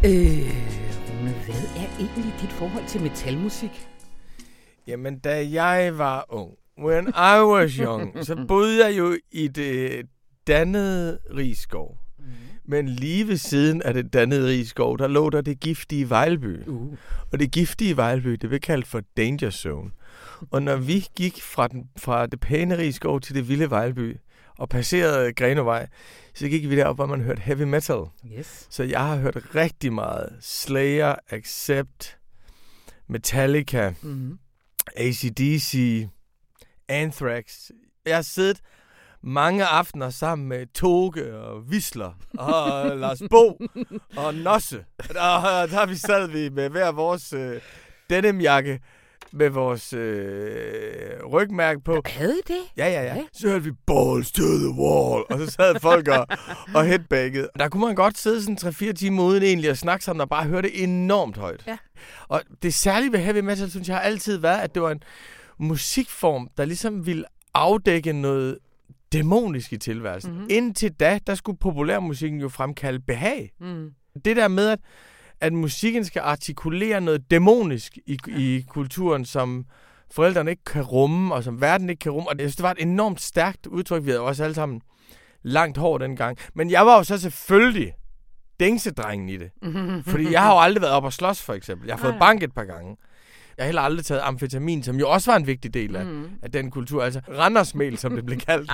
Rune, hvad er egentlig dit forhold til metalmusik? Jamen, da jeg var ung, when I was young, så boede jeg jo i det dannede Risskov. Mm. Men lige ved siden af det dannede Risskov, der lå der det giftige Vejlby. Uh. Og det giftige Vejlby, det blev kaldt for Danger Zone. Og når vi gik fra, den, fra det pæne Risskov til det vilde Vejlby, og passerede Grenovej, så gik vi derop, hvor man hørte heavy metal. Yes. Så jeg har hørt rigtig meget Slayer, Accept, Metallica, mm-hmm. A C D C, Anthrax. Jeg har siddet mange aftener sammen med Toge og Whistler og Lars Bo og Nosse. Og der har vi sad vi med hver vores øh, denimjakke med vores øh, rygmærke på. Havde I det? Ja, ja, ja. Så hørte vi balls to the wall, og så sad folk og, og headbangede. Der kunne man godt sidde sådan tre fire timer uden egentlig at snakke sammen og bare høre det enormt højt. Ja. Og det særlige ved heavy metal, synes jeg, har altid været, at det var en musikform, der ligesom ville afdække noget dæmonisk i tilværelsen. Mm-hmm. Indtil da, der skulle populærmusikken jo fremkalde behag. Mm. Det der med, at at musikken skal artikulere noget dæmonisk i, ja. i kulturen, som forældrene ikke kan rumme, og som verden ikke kan rumme. Og jeg synes, det var et enormt stærkt udtryk. Vi havde også alle sammen langt hår dengang. Men jeg var jo så selvfølgelig dingsedrengen i det. Fordi jeg har jo aldrig været op og slås, for eksempel. Jeg har fået ja. bank et par gange. Jeg har heller aldrig taget amfetamin, som jo også var en vigtig del af, mm. af den kultur. Altså randersmel, som det blev kaldt.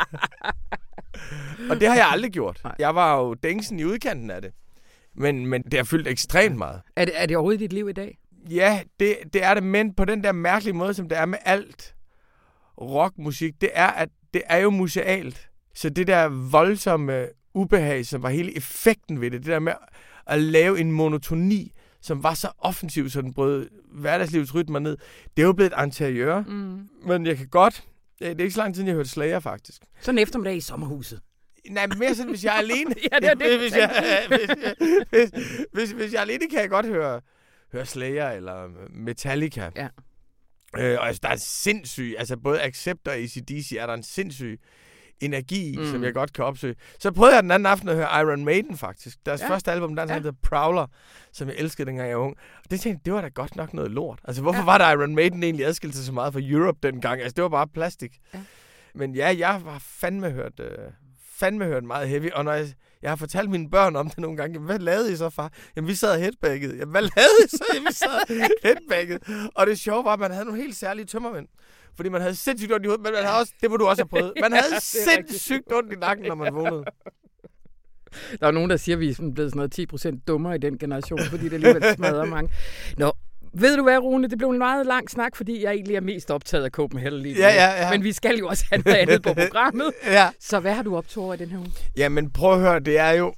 Og det har jeg aldrig gjort. Jeg var jo dingsen i udkanten af det. Men, men det har fyldt ekstremt meget. Er det, er det overhovedet dit liv i dag? Ja, det, det er det, men på den der mærkelige måde, som det er med alt rockmusik, det er, at det er jo musealt. Så det der voldsomme ubehag, som var hele effekten ved det, det der med at lave en monotoni, som var så offensiv, så den brød hverdagslivets rytmer ned, det er jo blevet et interiør. Mm. Men jeg kan godt, det er ikke så lang tid, jeg hørte Slayer, faktisk. Sådan en eftermiddag i sommerhuset. Nej, mere sådan, hvis jeg er alene. Ja, det er det. Hvis jeg, hvis, hvis, hvis, hvis jeg er alene, kan jeg godt høre, høre Slayer eller Metallica. Ja. Øh, og altså, der er en sindssyg, altså både Accept og A C D C er der en sindssyg energi, mm. som jeg godt kan opsøge. Så prøvede jeg den anden aften at høre Iron Maiden, faktisk. Deres ja. første album, der ja. hedder Prowler, som jeg elskede, dengang jeg var ung. Og det tænkte det var da godt nok noget lort. Altså, hvorfor ja. var der Iron Maiden egentlig adskilt sig så meget fra Europe dengang? Altså, det var bare plastik. Ja. Men ja, jeg har fandme hørt... Øh, fandme hørt meget heavy, og når jeg, jeg har fortalt mine børn om det nogle gange, hvad lavede I så, far? Jamen, vi sad headbangede. Jamen, hvad lavede I så? Jamen, vi sad headbangede. Og det sjove var, at man havde nogle helt særlige tømmermænd. Fordi man havde sindssygt ondt i hovedet, men man havde også, det må du også have prøvet. Man havde sindssygt ondt i nakken, når man vågnede. Der er nogen, der siger, at vi er blevet sådan noget ti procent dummere i den generation, fordi det alligevel smadrer mange. Nå, ved du hvad, Rune? Det blev en meget lang snak, fordi jeg egentlig er mest optaget af Copenhagen lige nu. Ja, ja, ja. Men vi skal jo også have noget andet på programmet. Ja. Så hvad har du optaget over i den her uge? Jamen, prøv at høre. Det er jo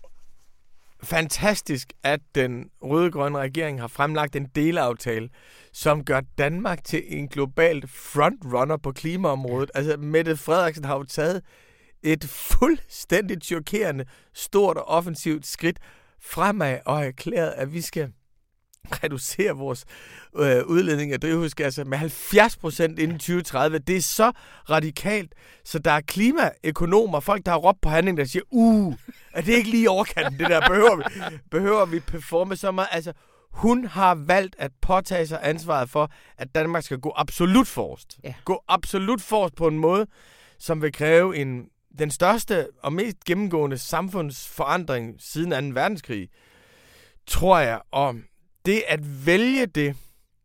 fantastisk, at den røde-grønne regering har fremlagt en delaftale, som gør Danmark til en globalt frontrunner på klimaområdet. Altså, Mette Frederiksen har jo taget et fuldstændigt chokerende, stort og offensivt skridt fremad og erklæret, at vi skal reducere vores øh, udledning af drivhusgasser med halvfjerds procent inden tyve tredive. Det er så radikalt, så der er klimaøkonomer, folk, der har råbt på handling, der siger, uh, er det ikke lige overkanten, det der? Behøver vi, behøver vi performe så meget? Altså, hun har valgt at påtage sig ansvaret for, at Danmark skal gå absolut forrest. Ja. Gå absolut forrest på en måde, som vil kræve en, den største og mest gennemgående samfundsforandring siden anden verdenskrig, tror jeg. Og det at vælge det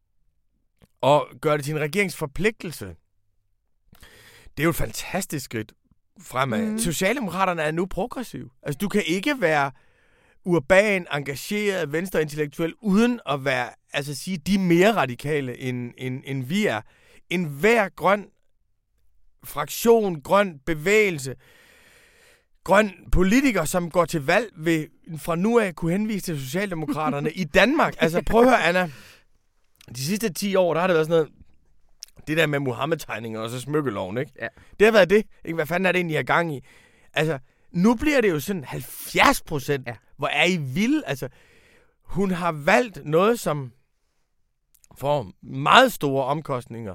og gøre det til en regeringsforpligtelse, det er jo et fantastisk skridt fremad. Mm. Socialdemokraterne er nu progressive. Altså, du kan ikke være urban, engageret, venstreintellektuel, uden at være, altså sige, de er mere radikale, end, end, end vi er. En hver grøn fraktion, grøn bevægelse, grøn politiker, som går til valg, vil fra nu af kunne henvise til Socialdemokraterne i Danmark. Altså, prøv at høre, Anna. De sidste ti år, der har det været sådan noget, det der med Muhammed-tegninger og så smykkeloven, ikke? Ja. Det har været det. Ikke? Hvad fanden er det egentlig, I har gang i? Altså, nu bliver det jo sådan halvfjerds procent. Ja. Hvor er I vilde? Altså, hun har valgt noget, som får meget store omkostninger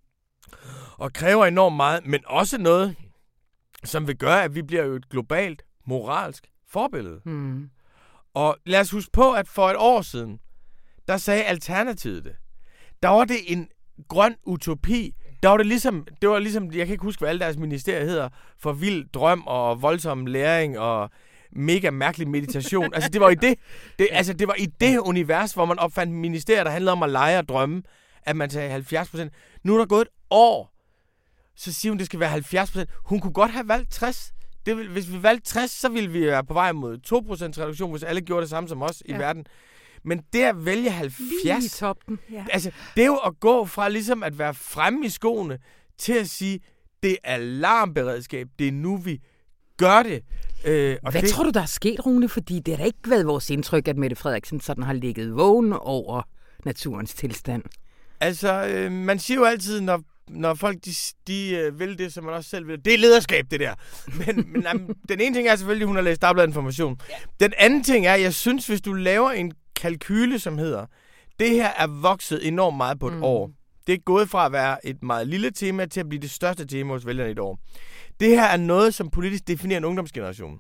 og kræver enormt meget, men også noget, som vil gøre, at vi bliver jo et globalt, moralsk forbillede. Mm. Og lad os huske på, at for et år siden, der sagde Alternativet det. Der var det en grøn utopi. Der var det ligesom, det var ligesom, jeg kan ikke huske, hvad alle deres ministerier hedder, for vild drøm og voldsom læring og mega mærkelig meditation. Altså, det var i det, det, altså, det var i det univers, hvor man opfandt ministerier, der handlede om at lege og drømme, at man sagde halvfjerds procent. Nu er der gået et år, så siger hun, det skal være halvfjerds procent. Hun kunne godt have valgt tres. Det vil, hvis vi valgte tres, så ville vi være på vej mod to procent reduktion, hvis alle gjorde det samme som os ja. i verden. Men det at vælge halvfjerds... Lige i toppen. Ja. Altså, det er jo at gå fra ligesom at være fremme i skoene, til at sige, det er alarmberedskab, det er nu, vi gør det. Øh, og Hvad det... tror du, der er sket, Rune? Fordi det har da ikke været vores indtryk, at Mette Frederiksen sådan har ligget vågen over naturens tilstand. Altså, øh, man siger jo altid, når, når folk de, de øh, vil det, som man også selv vil. Det er lederskab, det der. Men, men jamen, den ene ting er selvfølgelig, at hun har læst Dagbladet Information. Ja. Den anden ting er, jeg synes, hvis du laver en kalkyle, som hedder, det her er vokset enormt meget på et mm. år. Det er gået fra at være et meget lille tema til at blive det største tema hos vælgerne i et år. Det her er noget, som politisk definerer en ungdomsgeneration.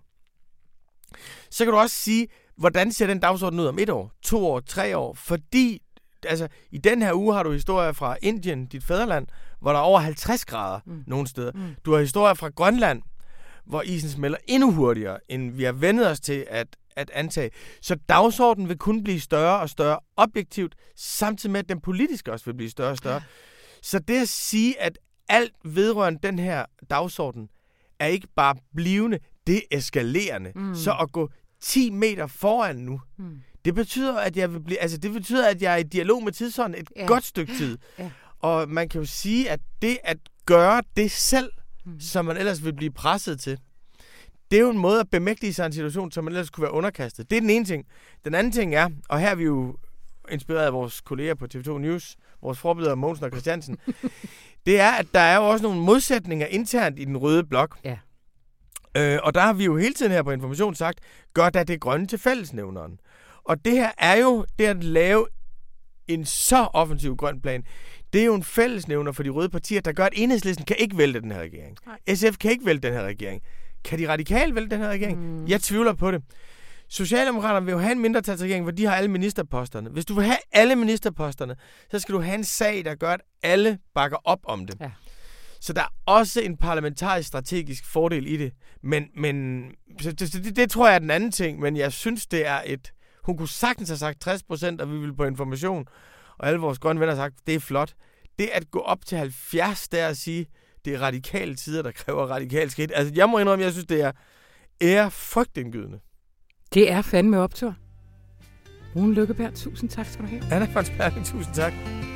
Så kan du også sige, hvordan ser den dagsorden ud om et år, to år, tre år? Fordi altså, i den her uge har du historier fra Indien, dit fædreland, hvor der er over halvtreds grader mm. nogle steder. Mm. Du har historier fra Grønland, hvor isen smelter endnu hurtigere, end vi har vendet os til at, at antage. Så dagsordenen vil kun blive større og større objektivt, samtidig med, at den politiske også vil blive større og større. Så det at sige, at alt vedrørende den her dagsorden er ikke bare blivende, det er eskalerende. Mm. Så at gå ti meter foran nu, mm. det betyder, at jeg vil blive, altså det betyder, at jeg er i dialog med tidsånden et ja. godt stykke tid. Ja. Og man kan jo sige, at det at gøre det selv, mm. som man ellers vil blive presset til, det er jo en måde at bemægtige sig en situation, som man ellers kunne være underkastet. Det er den ene ting. Den anden ting er, og her er vi jo inspireret af vores kolleger på T V to News, vores forbilleder Mogensen og Christiansen, det er, at der er jo også nogle modsætninger internt i den røde blok. Ja. Øh, og der har vi jo hele tiden her på Information sagt, gør da det grønne til fællesnævneren. Og det her er jo det at lave en så offensiv grøn plan. Det er jo en fællesnævner for de røde partier, der gør, at Enhedslisten kan ikke vælte den her regering. Nej. S F kan ikke vælte den her regering. Kan de radikale vælte den her regering? Mm. Jeg tvivler på det. Socialdemokraterne vil jo have en mindretalsregering, hvor de har alle ministerposterne. Hvis du vil have alle ministerposterne, så skal du have en sag, der gør, at alle bakker op om det. Ja. Så der er også en parlamentarisk strategisk fordel i det. Men, men så det, det, det tror jeg er den anden ting, men jeg synes, det er et... Hun kunne sagtens have sagt tres procent, og vi vil på Information, og alle vores grønne venner har sagt, det er flot. Det at gå op til halvfjerds, der at sige, det er radikale tider, der kræver radikalt skridt. Altså, jeg må indrømme, jeg synes, det er ærefrygtindgydende. Det er fandme optur. Rune Lykkeberg, tusind tak skal du have. Anna von Sperling, tusind tak.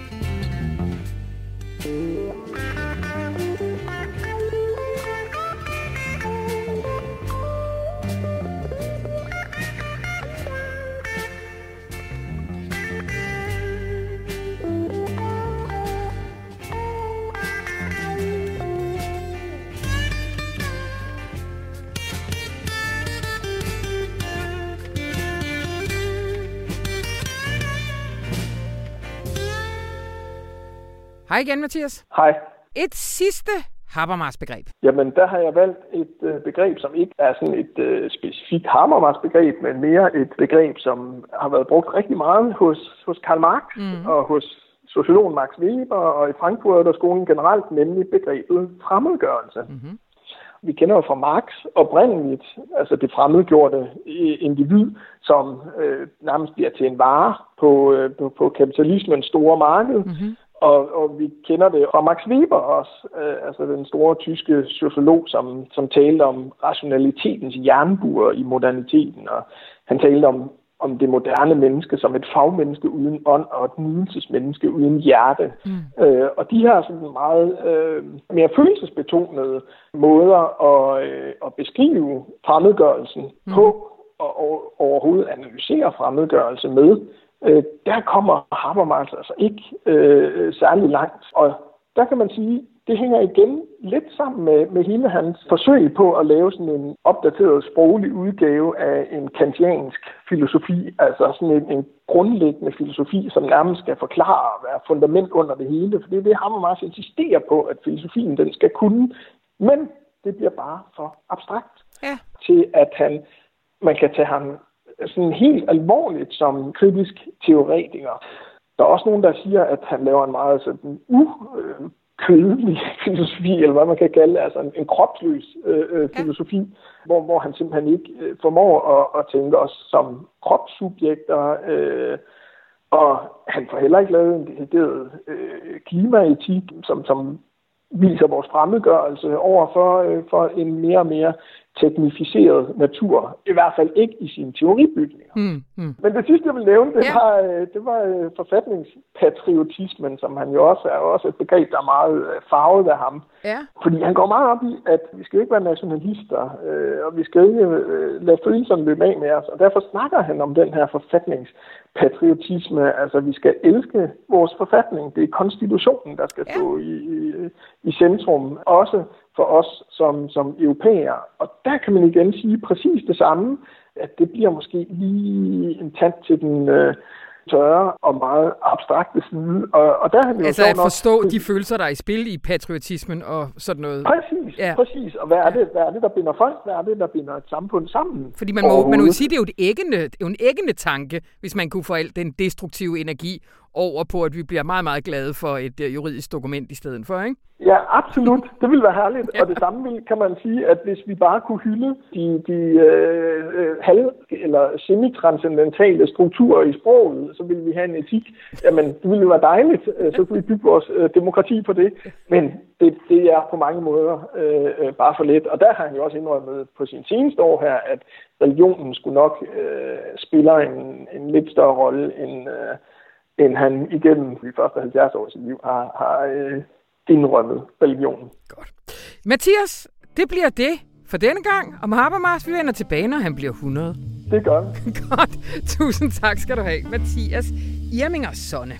Hej igen, Mathias. Hej. Et sidste Habermas-begreb. Jamen, der har jeg valgt et øh, begreb, som ikke er sådan et øh, specifikt Habermas-begreb, men mere et begreb, som har været brugt rigtig meget hos, hos Karl Marx mm. og hos sociologen Max Weber og i Frankfurterskolen generelt, nemlig begrebet fremmedgørelse. Mm-hmm. Vi kender jo fra Marx oprindeligt, altså det fremmedgjorte individ, som øh, nærmest bliver til en vare på, øh, på, på kapitalismens store marked. Mm-hmm. Og, og vi kender det fra Max Weber også, øh, altså den store tyske sociolog, som, som talte om rationalitetens jernbur i moderniteten. Og han talte om, om det moderne menneske som et fagmenneske uden ånd og et nydelsesmenneske uden hjerte. Mm. Øh, og de her sådan meget øh, mere følelsesbetonede måder at, øh, at beskrive fremmedgørelsen mm. på, og, og overhovedet analysere fremmedgørelse med, Øh, der kommer Habermas altså ikke øh, særlig langt. Og der kan man sige, det hænger igen lidt sammen med, med hele hans forsøg på at lave sådan en opdateret sproglig udgave af en kantiansk filosofi. Altså sådan en, en grundlæggende filosofi, som nærmest skal forklare og være fundament under det hele. For det er det, Habermas insisterer på, at filosofien den skal kunne. Men det bliver bare for abstrakt ja. til, at han, man kan tage ham sådan helt alvorligt som kritisk teoretiker. Der er også nogen, der siger, at han laver en meget sådan ukødelig filosofi, eller hvad man kan kalde det, altså en, en kropsløs øh, filosofi, ja. hvor, hvor han simpelthen ikke øh, formår at, at tænke os som kropssubjekter, øh, og han får heller ikke lavet en decideret øh, klimaetik, som, som viser vores fremmedgørelse over for, øh, for en mere og mere teknificeret natur, i hvert fald ikke i sine teoribygninger. Mm, mm. Men det sidste, jeg vil nævne, det, ja. var, det var forfatningspatriotismen, som han jo også er også et begreb, der er meget farvet af ham. Ja. Fordi han går meget op i, at vi skal ikke være nationalister, øh, og vi skal ikke øh, lade følelserne løbe af med os, og derfor snakker han om den her forfatningspatriotisme, altså vi skal elske vores forfatning, det er konstitutionen, der skal ja. stå i, i, i centrum, også for os som, som europæere. Og der kan man igen sige præcis det samme, at det bliver måske lige en tand til den øh, tørre og meget abstrakte side. Og, og der har vi altså at forstå nok de følelser, der er i spil i patriotismen og sådan noget. Præcis, ja. præcis. Og hvad er, det, hvad er det, der binder folk? Hvad er det, der binder et samfund sammen? Fordi man må, man må sige, det er jo, et æggende, det er jo en æggende tanke, hvis man kunne få al den destruktive energi over på, at vi bliver meget, meget glade for et uh, juridisk dokument i stedet for, ikke? Ja, absolut. Det ville være herligt. Ja. Og det samme vil, kan man sige, at hvis vi bare kunne hylde de, de øh, halv- eller semi-transcendentale strukturer i sproget, så ville vi have en etik. Jamen, det ville være dejligt. Så kunne vi bygge vores øh, demokrati på det. Men det, det er på mange måder øh, bare for lidt. Og der har han jo også indrømmet på sin seneste år her, at religionen skulle nok øh, spille en, en lidt større rolle, end, øh, end han igennem de første halvfjerds år i sit liv har, har øh, indrømmet religionen. Godt. Mathias, det bliver det for denne gang. Om Habermas, vi vender tilbage, når han bliver hundrede. Det gør han. Godt. Tusind tak skal du have, Mathias Irminger Sonne.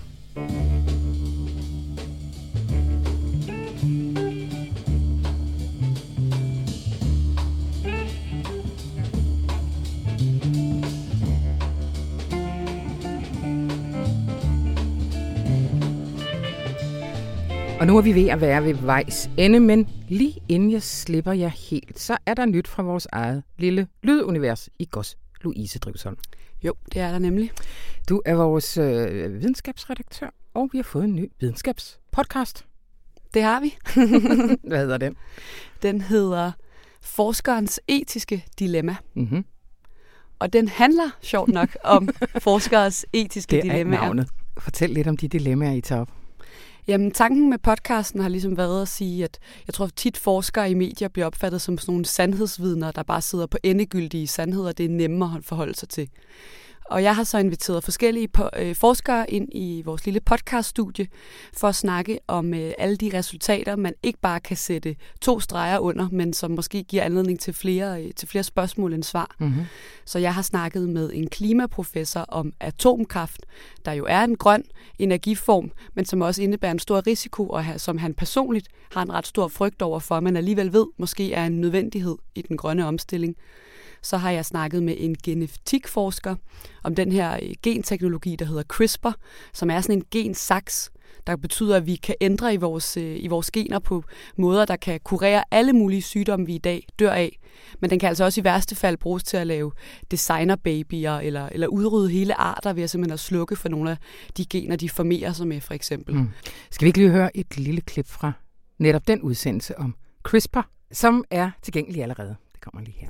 Og nu er vi ved at være ved vejs ende, men lige inden jeg slipper jer helt, så er der nyt fra vores eget lille lydunivers i Gods Louise Drivsholm. Jo, det er der nemlig. Du er vores øh, videnskabsredaktør, og vi har fået en ny videnskabspodcast. Det har vi. Hvad hedder den? Den hedder Forskerens etiske dilemma. Mm-hmm. Og den handler, sjovt nok, om forskeres etiske det dilemmaer. Det er navnet. Fortæl lidt om de dilemmaer, I tager op. Jamen, tanken med podcasten har ligesom været at sige, at jeg tror tit forskere i medier bliver opfattet som sådan nogle sandhedsvidner, der bare sidder på endegyldige sandheder, det er nemmere at forholde sig til. Og jeg har så inviteret forskellige forskere ind i vores lille podcaststudie for at snakke om alle de resultater, man ikke bare kan sætte to streger under, men som måske giver anledning til flere, til flere spørgsmål end svar. Mm-hmm. Så jeg har snakket med en klimaprofessor om atomkraft, der jo er en grøn energiform, men som også indebærer en stor risiko, og som han personligt har en ret stor frygt over for, men alligevel ved, måske er en nødvendighed i den grønne omstilling. Så har jeg snakket med en genetikforsker om den her genteknologi, der hedder CRISPR, som er sådan en gensaks, der betyder, at vi kan ændre i vores, i vores gener på måder, der kan kurere alle mulige sygdomme, vi i dag dør af. Men den kan altså også i værste fald bruges til at lave designerbabyer eller, eller udrydde hele arter ved at simpelthen at slukke for nogle af de gener, de formerer sig med, for eksempel. Mm. Skal vi ikke lige høre et lille klip fra netop den udsendelse om CRISPR, som er tilgængelig allerede? Det kommer lige her.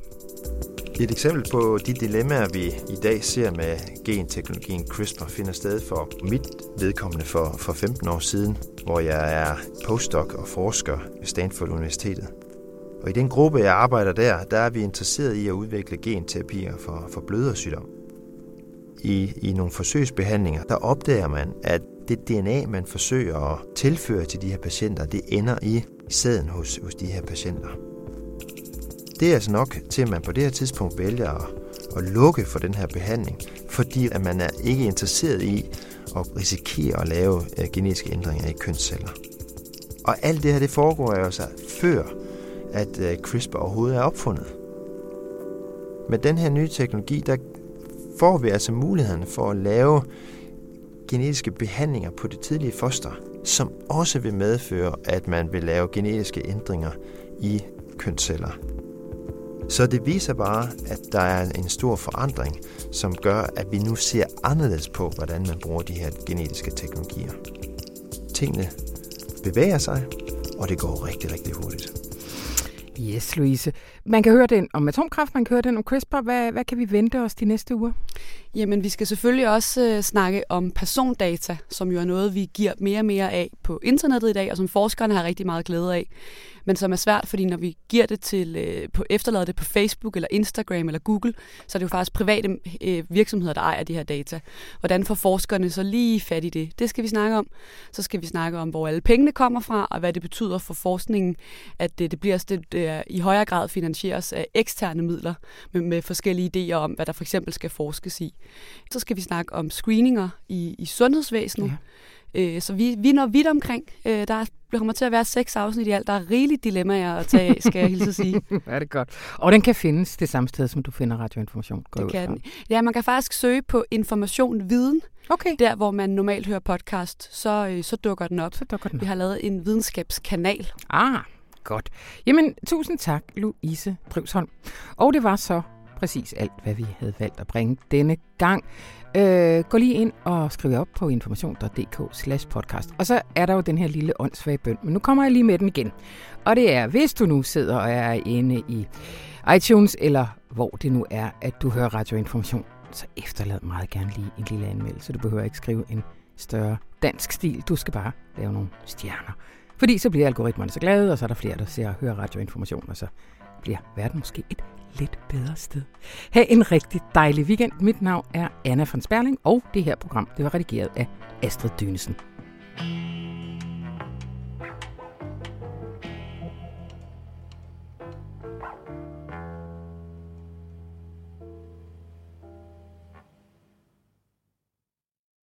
Et eksempel på de dilemmaer, vi i dag ser med genteknologien CRISPR, finder sted for mit vedkommende for, for femten år siden, hvor jeg er postdoc og forsker ved Stanford Universitetet. Og i den gruppe, jeg arbejder der, der er vi interesseret i at udvikle genterapier for, for blødersygdom. I, I nogle forsøgsbehandlinger, der opdager man, at det D N A, man forsøger at tilføre til de her patienter, det ender i sæden hos, hos de her patienter. Det er altså nok til, at man på det her tidspunkt vælger at, at lukke for den her behandling, fordi at man er ikke interesseret i at risikere at lave uh, genetiske ændringer i kønsceller. Og alt det her, det foregår jo altså før, at uh, CRISPR overhovedet er opfundet. Med den her nye teknologi, der får vi altså muligheden for at lave genetiske behandlinger på det tidlige foster, som også vil medføre, at man vil lave genetiske ændringer i kønsceller. Så det viser bare, at der er en stor forandring, som gør, at vi nu ser anderledes på, hvordan man bruger de her genetiske teknologier. Tingene bevæger sig, og det går rigtig, rigtig hurtigt. Yes, Louise. Man kan høre den om atomkraft, man kan høre den om CRISPR. Hvad, hvad kan vi vente os de næste uger? Jamen, vi skal selvfølgelig også øh, snakke om persondata, som jo er noget, vi giver mere og mere af på internettet i dag, og som forskerne har rigtig meget glæde af. Men som er svært, fordi når vi giver det til, øh, på, efterlader det på Facebook, eller Instagram, eller Google, så er det jo faktisk private øh, virksomheder, der ejer de her data. Hvordan får forskerne så lige fat i det? Det skal vi snakke om. Så skal vi snakke om, hvor alle pengene kommer fra, og hvad det betyder for forskningen, at det, det bliver det, det i højere grad finansieres af eksterne midler, med, med forskellige idéer om, hvad der for eksempel skal forskes i. Så skal vi snakke om screeninger i, i sundhedsvæsenet. Ja. Øh, så vi, vi når vidt omkring. Øh, der kommer til at være seks afsnit i alt. Der er rigeligt dilemmaer at tage af, skal jeg hilse at sige. Ja, det er godt. Og den kan findes det samme sted, som du finder radioinformation. Går det kan den. Ja, man kan faktisk søge på information viden. Okay. Der, hvor man normalt hører podcast, så, øh, så dukker den op. Så dukker den op. Vi har lavet en videnskabskanal. Ah, godt. Jamen, tusind tak, Louise Drivsholm. Og det var så præcis alt, hvad vi havde valgt at bringe denne gang. Øh, gå lige ind og skriv op på information punktum d k slash podcast. Og så er der jo den her lille åndssvage bøn. Men nu kommer jeg lige med den igen. Og det er, hvis du nu sidder og er inde i iTunes, eller hvor det nu er, at du hører radioinformation, så efterlad meget gerne lige en lille anmeldelse. Du behøver ikke skrive en større dansk stil. Du skal bare lave nogle stjerner. Fordi så bliver algoritmerne så glade, og så er der flere, der ser og hører radioinformation, og så bliver verden måske et lidt bedre sted. Ha' en rigtig dejlig weekend. Mit navn er Anna von Sperling, og det her program det var redigeret af Astrid Dynesen.